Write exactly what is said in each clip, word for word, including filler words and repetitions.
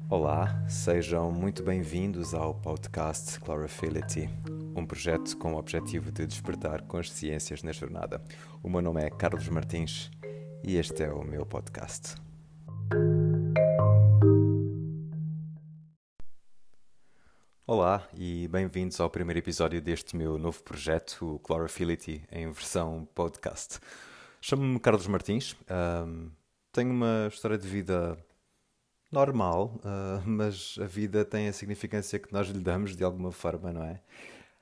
Olá, sejam muito bem-vindos ao podcast Clarafility, um projeto com o objetivo de despertar consciências na jornada. O meu nome é Carlos Martins e este é o meu podcast. Olá e bem-vindos ao primeiro episódio deste meu novo projeto, o Clarafility, em versão podcast. Chamo-me Carlos Martins, ahm, tenho uma história de vida normal, ah, mas a vida tem a significância que nós lhe damos de alguma forma, não é?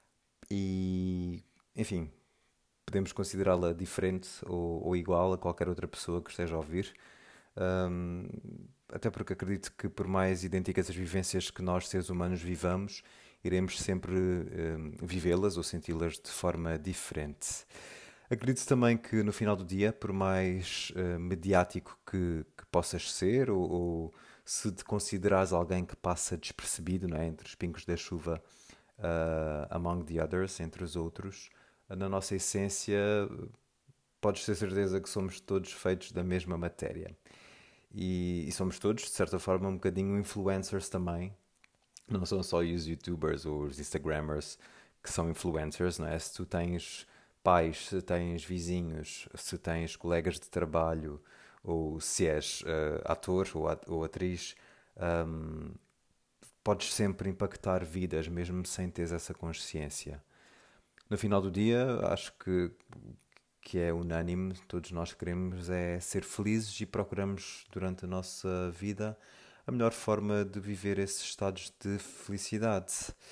E, enfim, podemos considerá-la diferente ou, ou igual a qualquer outra pessoa que esteja a ouvir. Ahm, Até porque acredito que, por mais idênticas as vivências que nós, seres humanos, vivamos, iremos sempre ahm, vivê-las ou senti-las de forma diferente. Acredito também que no final do dia, por mais eh, mediático que, que possas ser, ou, ou se te considerares alguém que passa despercebido, não é, entre os pingos da chuva, ah, among the others, entre os outros, na nossa essência, podes ter certeza que somos todos feitos da mesma matéria. E, e somos todos, de certa forma, um bocadinho influencers também. Não são só os YouTubers ou os Instagrammers que são influencers, não é? Se tu tens pais, se tens vizinhos, se tens colegas de trabalho, ou se és eh, ator ou, at- ou atriz, ahm, podes sempre impactar vidas, mesmo sem teres essa consciência. No final do dia, acho que que é unânime, todos nós queremos é ser felizes e procuramos durante a nossa vida a melhor forma de viver esses estados de felicidade.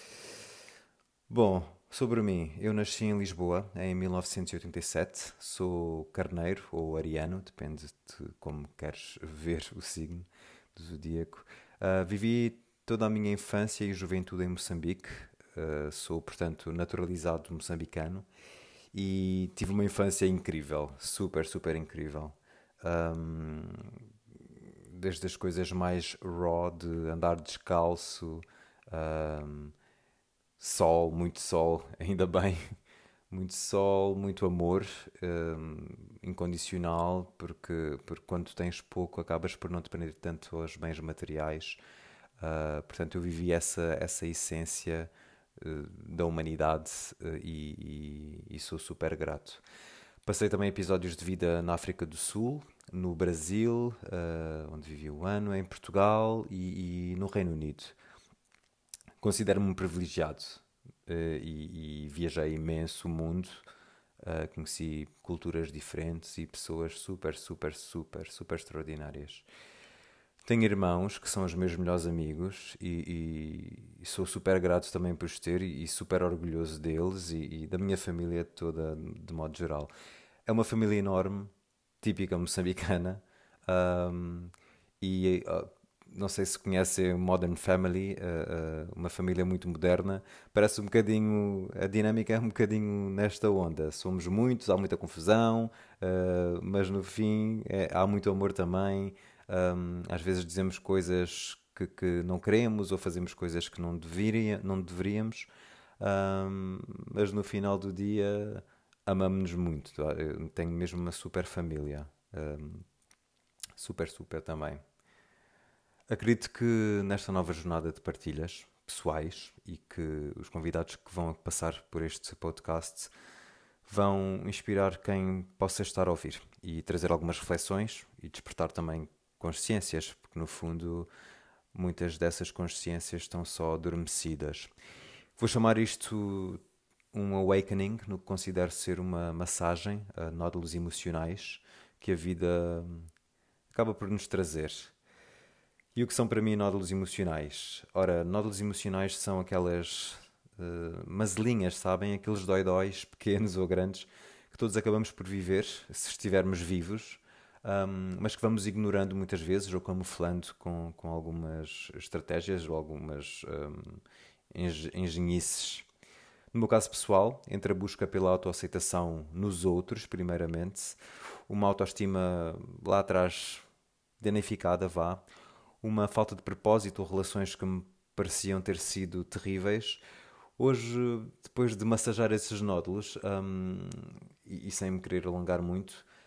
Bom, sobre mim, eu nasci em Lisboa em mil novecentos e oitenta e sete, sou carneiro ou ariano, depende de como queres ver o signo do zodíaco. Ah, vivi toda a minha infância e juventude em Moçambique, ah, sou, portanto, naturalizado moçambicano e tive uma infância incrível, super, super incrível. Ahm, Desde as coisas mais raw de andar descalço, ahm, sol, muito sol, ainda bem, muito sol, muito amor, ahm, incondicional, porque, porque quando tens pouco acabas por não depender tanto aos bens materiais. Ah, portanto, eu vivi essa, essa essência eh, da humanidade eh, e, e- e sou super grato. Passei também episódios de vida na África do Sul, no Brasil, eh, onde vivi um ano, em Portugal e, e no Reino Unido. Considero-me um privilegiado eh, e, e viajei imenso o mundo. Eh, conheci culturas diferentes e pessoas super, super, super, super extraordinárias. Tenho irmãos que são os meus melhores amigos e, e- e sou super grato também por os ter e, e super orgulhoso deles e, e da minha família toda, de modo geral. É uma família enorme, típica moçambicana, ahm, e ah, não sei se conhecem Modern Family, ah, ah, uma família muito moderna. Parece um bocadinho, a dinâmica é um bocadinho nesta onda. Somos muitos, há muita confusão, ah, mas no fim é- há muito amor também. Um, às vezes dizemos coisas que, que não queremos ou fazemos coisas que não, deveria, não deveríamos, um, mas no final do dia amamos-nos muito. Tá? Eu tenho mesmo uma super família, um, super, super também. Acredito que nesta nova jornada de partilhas pessoais e que os convidados que vão passar por este podcast vão inspirar quem possa estar a ouvir e trazer algumas reflexões e despertar também consciências, porque no fundo muitas dessas consciências estão só adormecidas. Vou chamar isto um awakening, no que considero ser uma massagem a nódulos emocionais que a vida acaba por nos trazer. E o que são para mim nódulos emocionais? Ora, nódulos emocionais são aquelas uh, mazelinhas, sabem? Aqueles dói-dóis, pequenos ou grandes, que todos acabamos por viver, se estivermos vivos, um, mas que vamos ignorando muitas vezes ou camuflando com, com algumas estratégias ou algumas um, enge- engenhices. No meu caso pessoal, entre a busca pela autoaceitação nos outros, primeiramente, uma autoestima lá atrás danificada, vá, uma falta de propósito ou relações que me pareciam ter sido terríveis. Hoje, depois de massajar esses nódulos, hum, e, e sem me querer alongar muito,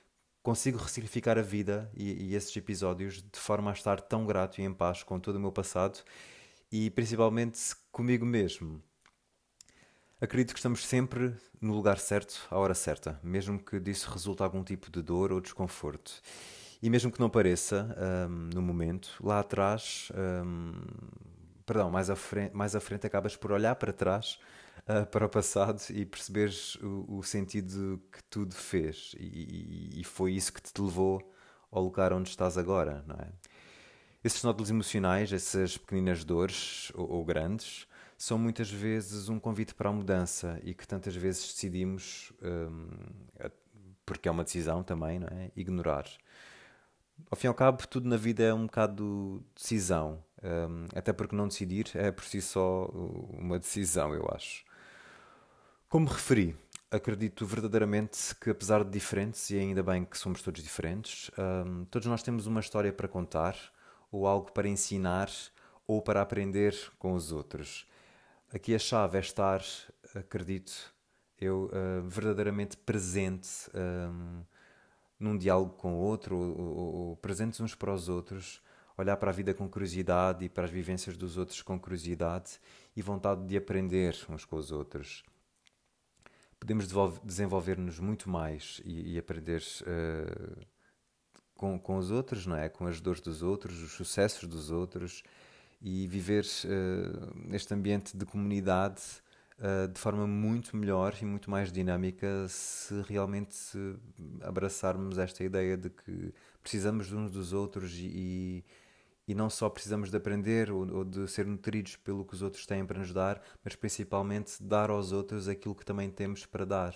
consigo ressignificar a vida e, e esses episódios de forma a estar tão grato e em paz com todo o meu passado e principalmente comigo mesmo. Acredito que estamos sempre no lugar certo, à hora certa, mesmo que disso resulte algum tipo de dor ou desconforto. E mesmo que não pareça, hum, no momento, lá atrás, hum, perdão, mais à frente, mais à frente acabas por olhar para trás, ah, para o passado e perceberes o, o sentido que tudo fez. E, e- e foi isso que te levou ao lugar onde estás agora, não é? Esses nódulos emocionais, essas pequeninas dores ou, ou grandes, são muitas vezes um convite para a mudança e que tantas vezes decidimos, hum, a- porque é uma decisão também, não é? Ignorar. Ao fim e ao cabo, tudo na vida é um bocado decisão. Hum, até porque não decidir é por si só uma decisão, eu acho. Como referi, acredito verdadeiramente que, apesar de diferentes, e ainda bem que somos todos diferentes, hum, todos nós temos uma história para contar, ou algo para ensinar, ou para aprender com os outros. Aqui a chave é estar, acredito, eu, ah, verdadeiramente presente, hum, num diálogo com o outro, ou, ou- ou presentes uns para os outros, olhar para a vida com curiosidade e para as vivências dos outros com curiosidade e vontade de aprender uns com os outros. Podemos devolve- desenvolver-nos muito mais e, e aprender eh, com, com os outros, não é? Com as dores dos outros, os sucessos dos outros e viver eh, neste ambiente de comunidade eh, de forma muito melhor e muito mais dinâmica se realmente abraçarmos esta ideia de que precisamos de uns dos outros e, e não só precisamos de aprender ou, ou de ser nutridos pelo que os outros têm para nos dar, mas principalmente dar aos outros aquilo que também temos para dar.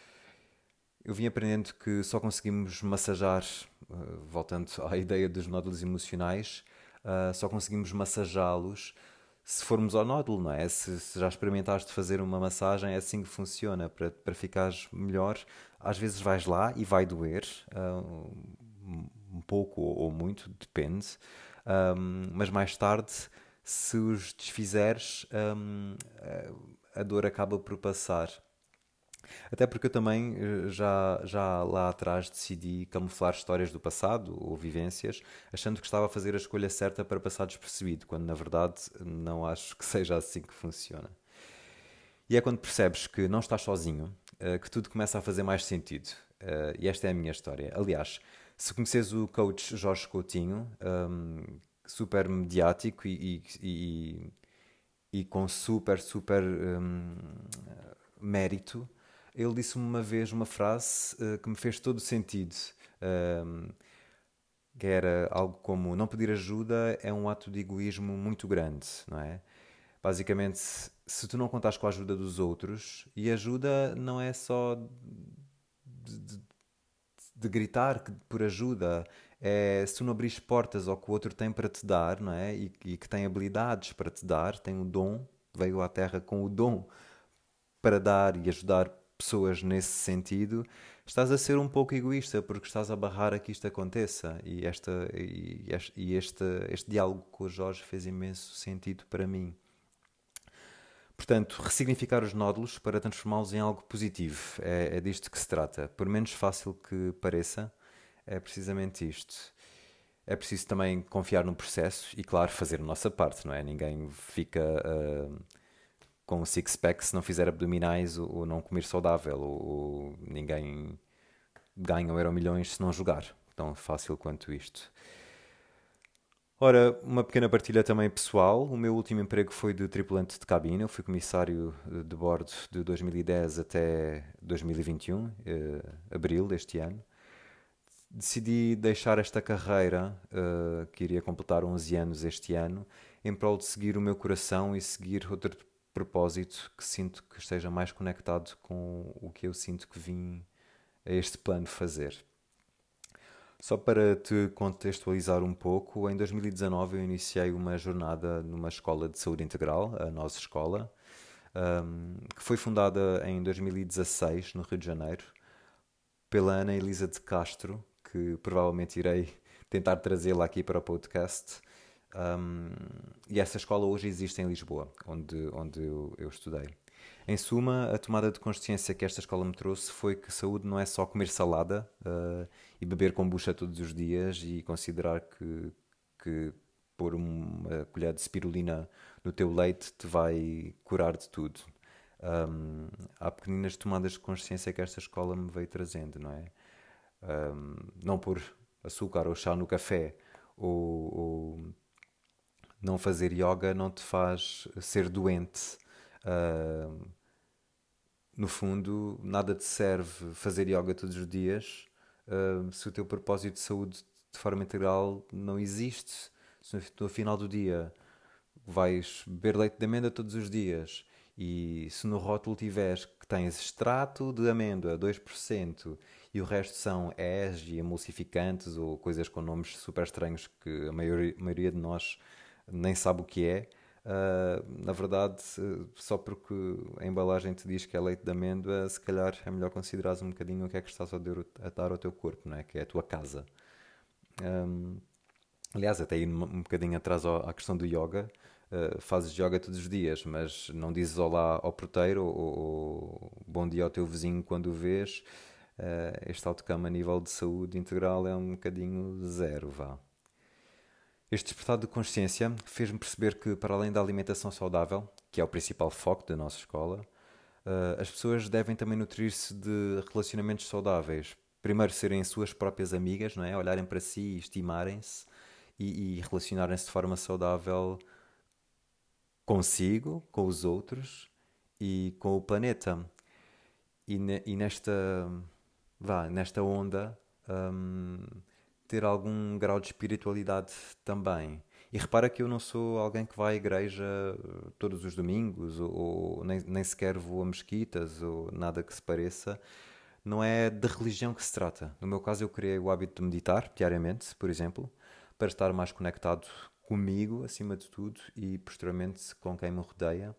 Eu vim aprendendo que só conseguimos massajar, eh, voltando à ideia dos nódulos emocionais, eh, só conseguimos massajá-los se formos ao nódulo, não é? Se, se já experimentaste fazer uma massagem, é assim que funciona. Para, para ficares melhor, às vezes vais lá e vai doer, ah, um, um pouco ou, ou muito, depende. Ahm, mas mais tarde, se os desfizeres, ahm, a a dor acaba por passar. Até porque eu também eh, já, já lá atrás decidi camuflar histórias do passado ou vivências, achando que estava a fazer a escolha certa para passar despercebido, quando na verdade não acho que seja assim que funciona. E é quando percebes que não estás sozinho, eh, que tudo começa a fazer mais sentido. Eh, E esta é a minha história. Aliás, se conheces o coach Jorge Coutinho, hum, super mediático e, e, e com super, super hum, mérito, ele disse-me uma vez uma frase eh, que me fez todo o sentido. Hum, que era algo como: não pedir ajuda é um ato de egoísmo muito grande, não é? Basicamente, se tu não contas com a ajuda dos outros, e ajuda não é só de, de- de gritar que- por ajuda, é se tu não abris portas ao que o outro tem para te dar, não é? E, e que tem habilidades para te dar, tem o dom, veio à Terra com o dom para dar e ajudar pessoas nesse sentido, estás a ser um pouco egoísta porque estás a barrar a que isto aconteça. E, esta, e, este, e este, este diálogo com o Jorge fez imenso sentido para mim. Portanto, ressignificar os nódulos para transformá-los em algo positivo. É, é disto que se trata. Por menos fácil que pareça, é precisamente isto. É preciso também confiar no processo e, claro, fazer a nossa parte, não é? Ninguém fica uh, com um six-pack se não fizer abdominais ou, ou não comer saudável. Ou, ou ninguém ganha um euro milhões se não jogar. Tão fácil quanto isto. Ora, uma pequena partilha também pessoal. O meu último emprego foi de tripulante de cabine. Eu fui comissário de bordo de dois mil e dez até dois mil e vinte e um, eh, abril deste ano. Decidi deixar esta carreira, eh, que iria completar onze anos este ano, em prol de seguir o meu coração e seguir outro propósito que sinto que esteja mais conectado com o que eu sinto que vim a este plano fazer. Só para te contextualizar um pouco, em dois mil e dezanove eu iniciei uma jornada numa escola de saúde integral, a nossa escola, ahm, que foi fundada em dois mil e dezasseis, no Rio de Janeiro, pela Ana Elisa de Castro, que provavelmente irei tentar trazê-la aqui para o podcast. Ahm, e essa escola hoje existe em Lisboa, onde, onde eu, eu estudei. Em suma, a tomada de consciência que esta escola me trouxe foi que saúde não é só comer salada uh, e beber kombucha todos os dias e considerar que, que pôr uma colher de spirulina no teu leite te vai curar de tudo. Um, há pequeninas tomadas de consciência que esta escola me veio trazendo, não é? Um, não pôr açúcar ou chá no café ou, ou não fazer yoga não te faz ser doente. Uh, no fundo, nada te serve fazer yoga todos os dias uh, se o teu propósito de saúde de forma integral não existe. Se no final do dia vais beber leite de amêndoa todos os dias e se no rótulo tiveres que tens extrato de amêndoa dois por cento e o resto são és e emulsificantes ou coisas com nomes super estranhos que a maioria, a maioria de nós nem sabe o que é, uh, na verdade, só porque a embalagem te diz que é leite de amêndoa, se calhar é melhor considerares um bocadinho o que é que estás a dar ao teu corpo, não é? Que é a tua casa. Um, aliás, até ir um bocadinho atrás à questão do yoga, uh, fazes yoga todos os dias, mas não dizes olá ao porteiro ou, ou bom dia ao teu vizinho quando o vês. Uh, este outcome a nível de saúde integral é um bocadinho zero, vá. Este despertar de consciência fez-me perceber que, para além da alimentação saudável, que é o principal foco da nossa escola, uh, as pessoas devem também nutrir-se de relacionamentos saudáveis. Primeiro, serem suas próprias amigas, não é? Olharem para si e estimarem-se e, e relacionarem-se de forma saudável consigo, com os outros e com o planeta. E, ne, e nesta, vá, nesta onda, um, ter algum grau de espiritualidade também. E repara que eu não sou alguém que vai à igreja todos os domingos, ou, ou nem, nem sequer vou a mesquitas, ou nada que se pareça. Não é de religião que se trata. No meu caso, eu criei o hábito de meditar diariamente, por exemplo, para estar mais conectado comigo, acima de tudo, e posteriormente com quem me rodeia.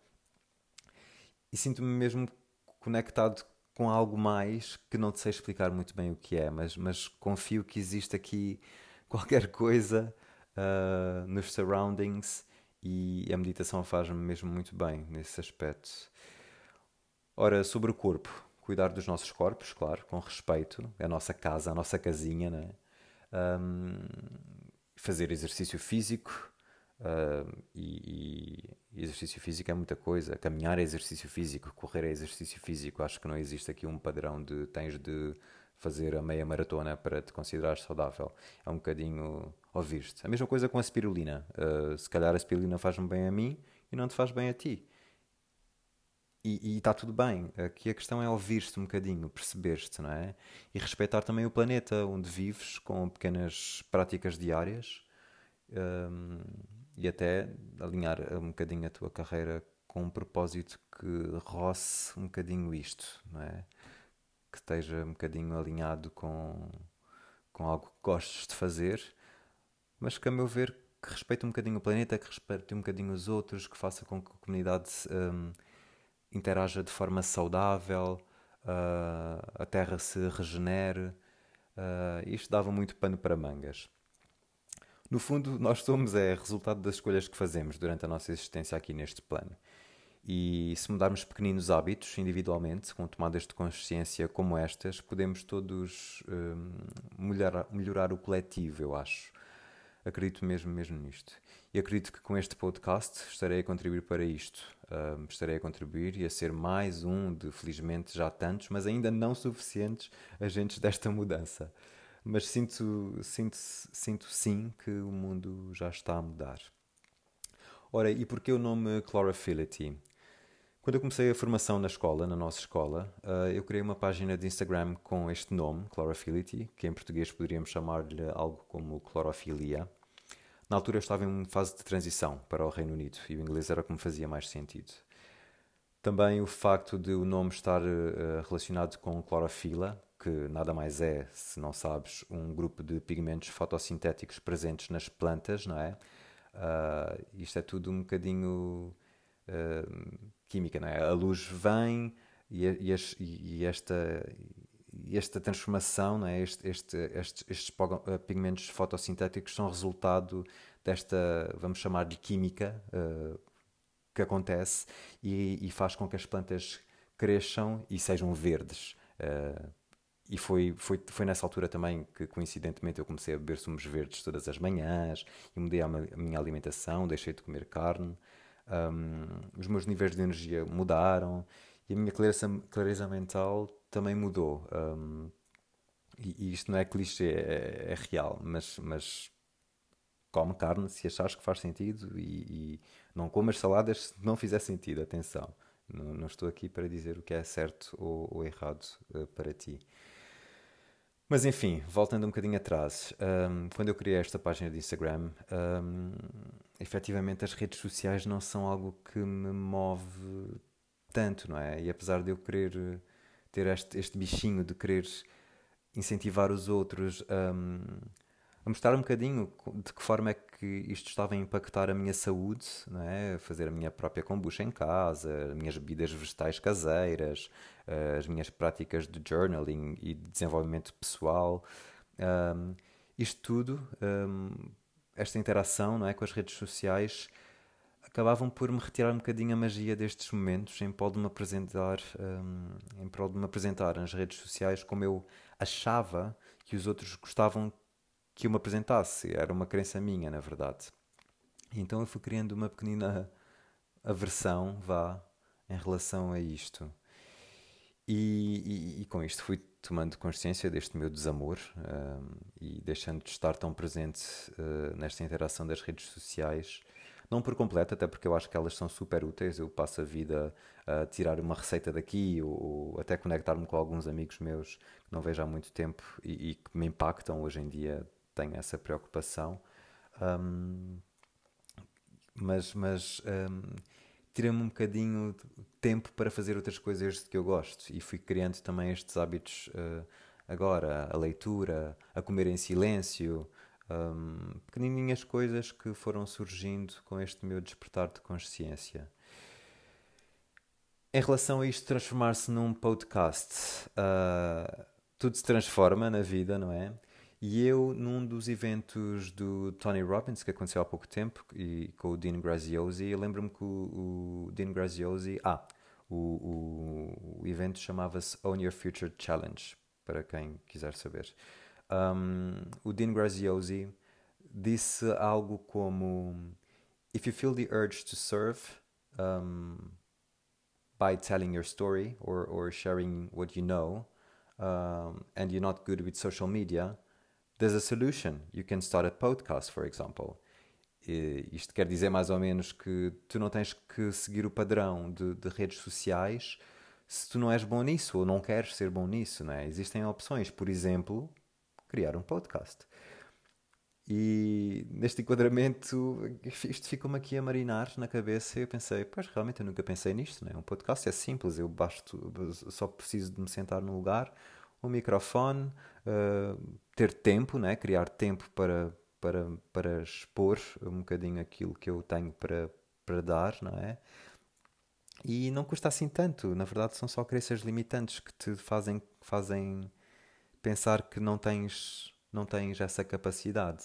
E sinto-me mesmo conectado com algo mais que não te sei explicar muito bem o que é, mas, mas confio que existe aqui qualquer coisa uh, nos surroundings e a meditação faz-me mesmo muito bem nesse aspecto. Ora, sobre o corpo, cuidar dos nossos corpos, claro, com respeito, é a nossa casa, a nossa casinha, né? Um, fazer exercício físico, uh, e, e exercício físico é muita coisa. Caminhar é exercício físico, correr é exercício físico. Acho que não existe aqui um padrão de tens de fazer a meia maratona para te considerares saudável. É um bocadinho ouvir-te. A mesma coisa com a spirulina. Uh, se calhar a spirulina faz-me bem a mim e não te faz bem a ti. E está tudo bem. Aqui a questão é ouvir-te um bocadinho, perceber-te, não é? E respeitar também o planeta onde vives, com pequenas práticas diárias, um, e até alinhar um bocadinho a tua carreira com um propósito que roce um bocadinho isto, não é? Que esteja um bocadinho alinhado com, com algo que gostes de fazer, mas que, a meu ver, que respeite um bocadinho o planeta, que respeite um bocadinho os outros, que faça com que a comunidade um, interaja de forma saudável, uh, a terra se regenere. Uh, isto dava muito pano para mangas. No fundo, nós somos é resultado das escolhas que fazemos durante a nossa existência aqui neste plano. E se mudarmos pequeninos hábitos individualmente, com tomadas de consciência como estas, podemos todos um, melhorar, melhorar o coletivo, eu acho. Acredito mesmo, mesmo nisto. E acredito que com este podcast estarei a contribuir para isto. Um, estarei a contribuir e a ser mais um de, felizmente, já tantos, mas ainda não suficientes agentes desta mudança. Mas sinto, sinto, sinto sim que o mundo já está a mudar. Ora, e porquê o nome Chlorophylity? Quando eu comecei a formação na escola, na nossa escola, uh, eu criei uma página de Instagram com este nome, Chlorophylity, que em português poderíamos chamar-lhe algo como clorofilia. Na altura eu estava em fase de transição para o Reino Unido e o inglês era o que me fazia mais sentido. Também o facto de o nome estar uh, relacionado com clorofila, que nada mais é, se não sabes, um grupo de pigmentos fotossintéticos presentes nas plantas, não é? Uh, isto é tudo um bocadinho uh, química, não é? A luz vem e, e, e esta, e esta transformação, não é? Este, este, estes, estes pigmentos fotossintéticos são resultado desta, vamos chamar de química, uh, que acontece e, e faz com que as plantas cresçam e sejam verdes. Uh, e foi, foi, foi nessa altura também que, coincidentemente, eu comecei a beber sumos verdes todas as manhãs e mudei a, a minha alimentação, deixei de comer carne. Um, os meus níveis de energia mudaram e a minha clareza, clareza mental também mudou. Um, e, e isto não é clichê, é, é real, mas, mas come carne se achares que faz sentido e, e não comas saladas se não fizer sentido, atenção. Não, não estou aqui para dizer o que é certo ou, ou errado uh, para ti. Mas enfim, voltando um bocadinho atrás, um, quando eu criei esta página de Instagram, um, efetivamente as redes sociais não são algo que me move tanto, não é? E apesar de eu querer ter este, este bichinho de querer incentivar os outros um, a mostrar um bocadinho de que forma é que isto estava a impactar a minha saúde, não é? Fazer a minha própria kombucha em casa, as minhas bebidas vegetais caseiras, as minhas práticas de journaling e de desenvolvimento pessoal. Um, isto tudo, um, esta interação, não é, com as redes sociais, acabavam por me retirar um bocadinho a magia destes momentos em prol de me apresentar, um, em prol de me apresentar nas redes sociais como eu achava que os outros gostavam que eu me apresentasse. Era uma crença minha, na verdade. E então eu fui criando uma pequenina aversão, vá, em relação a isto. E, e, e com isto fui tomando consciência deste meu desamor um, e deixando de estar tão presente uh, nesta interação das redes sociais. Não por completo, até porque eu acho que elas são super úteis. Eu passo a vida a tirar uma receita daqui ou, ou até conectar-me com alguns amigos meus que não vejo há muito tempo e, e que me impactam hoje em dia. Tenho essa preocupação. Um, mas mas um, tirei-me um bocadinho de tempo para fazer outras coisas de que eu gosto e fui criando também estes hábitos uh, agora, a leitura, a comer em silêncio, um, pequenininhas coisas que foram surgindo com este meu despertar de consciência. Em relação a isto transformar-se num podcast, uh, tudo se transforma na vida, não é? E eu, num dos eventos do Tony Robbins, que aconteceu há pouco tempo, e com o Dean Graziosi, eu lembro-me que o, o Dean Graziosi... Ah, o, o, o evento chamava-se Own Your Future Challenge, para quem quiser saber. Um, o Dean Graziosi disse algo como: If you feel the urge to serve um, by telling your story or, or sharing what you know, um, and you're not good with social media, there's a solution. You can start a podcast, for example. E isto quer dizer mais ou menos que tu não tens que seguir o padrão de, de redes sociais se tu não és bom nisso ou não queres ser bom nisso, não é? Existem opções, por exemplo, criar um podcast. E neste enquadramento, isto ficou-me aqui a marinar na cabeça e eu pensei, pois realmente eu nunca pensei nisto, não é? Um podcast é simples, eu basto, só preciso de me sentar num lugar, um microfone, uh, ter tempo, né? Criar tempo para, para, para expor um bocadinho aquilo que eu tenho para, para dar, não é? E não custa assim tanto, na verdade são só crenças limitantes que te fazem, fazem pensar que não tens, não tens essa capacidade.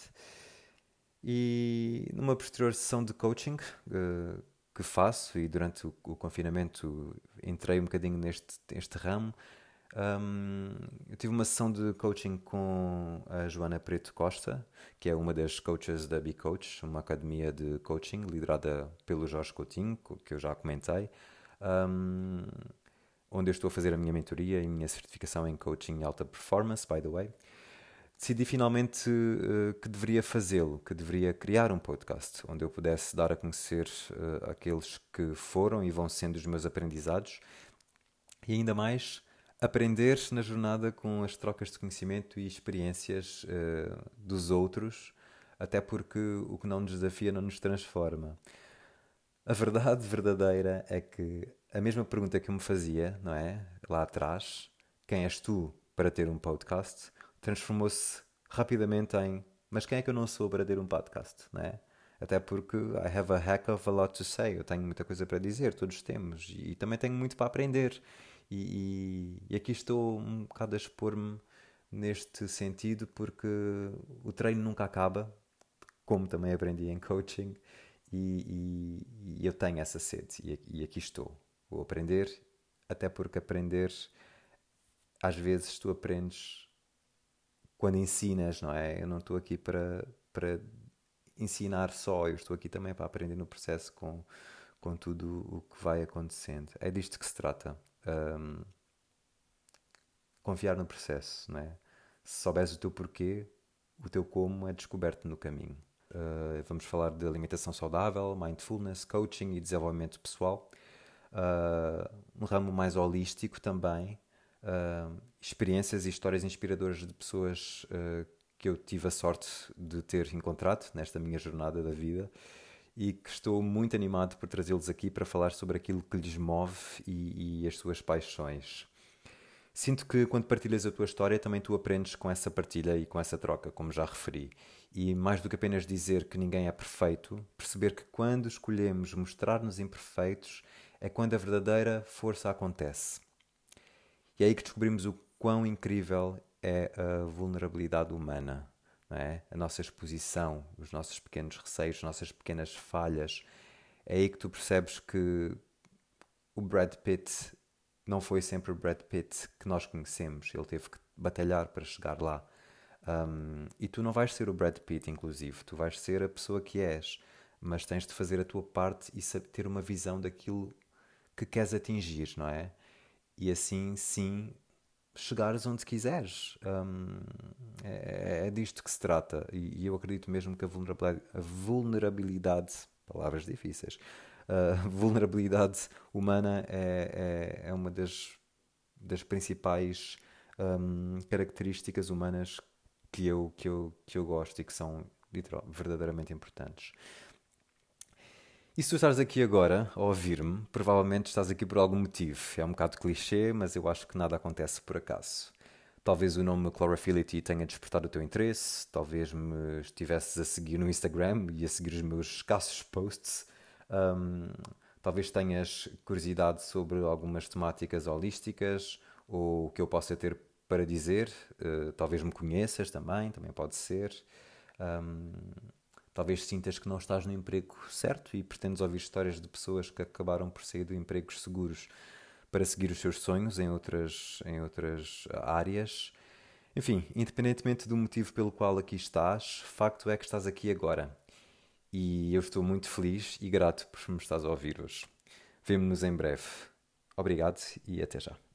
E numa posterior sessão de coaching uh, que faço, e durante o, o confinamento entrei um bocadinho neste, neste ramo, um, eu tive uma sessão de coaching com a Joana Preto Costa, que é uma das coaches da Be Coach, uma academia de coaching liderada pelo Jorge Coutinho, que eu já comentei, um, onde eu estou a fazer a minha mentoria e a minha certificação em coaching e alta performance, by the way. Decidi finalmente uh, que deveria fazê-lo, que deveria criar um podcast onde eu pudesse dar a conhecer uh, aqueles que foram e vão sendo os meus aprendizados e ainda mais aprender na jornada com as trocas de conhecimento e experiências uh, dos outros, até porque o que não nos desafia não nos transforma. A verdade verdadeira é que a mesma pergunta que eu me fazia, não é? Lá atrás, quem és tu para ter um podcast, transformou-se rapidamente em mas quem é que eu não sou para ter um podcast, não é? Até porque I have a heck of a lot to say, eu tenho muita coisa para dizer, todos temos, e também tenho muito para aprender. E, e, e aqui estou um bocado a expor-me neste sentido porque o treino nunca acaba, como também aprendi em coaching, e, e- e eu tenho essa sede e, aqui- e aqui estou. Vou aprender, até porque aprender, às vezes tu aprendes quando ensinas, não é? Eu não estou aqui para, para ensinar só, eu estou aqui também para aprender no processo com, com tudo o que vai acontecendo. É disto que se trata. Ahm, confiar no processo, não é? Se souberes o teu porquê, o teu como é descoberto no caminho. Uh, vamos falar de alimentação saudável, mindfulness, coaching e desenvolvimento pessoal. Uh, um ramo mais holístico também. Uh, experiências e histórias inspiradoras de pessoas uh, que eu tive a sorte de ter encontrado nesta minha jornada da vida e que estou muito animado por trazê-los aqui para falar sobre aquilo que lhes move e, e as suas paixões. Sinto que quando partilhas a tua história também tu aprendes com essa partilha e com essa troca, como já referi. E mais do que apenas dizer que ninguém é perfeito, perceber que quando escolhemos mostrar-nos imperfeitos é quando a verdadeira força acontece. E é aí que descobrimos o quão incrível é a vulnerabilidade humana, não é? A nossa exposição, os nossos pequenos receios, as nossas pequenas falhas. É aí que tu percebes que o Brad Pitt não foi sempre o Brad Pitt que nós conhecemos. Ele teve que batalhar para chegar lá. Um, e tu não vais ser o Brad Pitt, inclusive. Tu vais ser a pessoa que és. Mas tens de fazer a tua parte e saber ter uma visão daquilo que queres atingir, não é? E assim, sim, chegares onde quiseres. Um, é, é disto que se trata. E, e eu acredito mesmo que a vulnerabilidade, a vulnerabilidade palavras difíceis, a vulnerabilidade humana é, é, é uma das, das principais um, características humanas que eu, que, eu, que eu gosto e que são literal, verdadeiramente importantes. E se tu estás aqui agora a ouvir-me, provavelmente estás aqui por algum motivo. É um bocado clichê, mas eu acho que nada acontece por acaso. Talvez o nome Chlorophylity tenha despertado o teu interesse, talvez me estivesses a seguir no Instagram e a seguir os meus escassos posts. Um, talvez tenhas curiosidade sobre algumas temáticas holísticas ou o que eu possa ter para dizer. Uh, talvez me conheças também, também pode ser. Um, Talvez sintas que não estás no emprego certo e pretendes ouvir histórias de pessoas que acabaram por sair de empregos seguros para seguir os seus sonhos em outras, em outras áreas. Enfim, independentemente do motivo pelo qual aqui estás, facto é que estás aqui agora. E eu estou muito feliz e grato por me estás a ouvir hoje. Vemo-nos em breve. Obrigado e até já.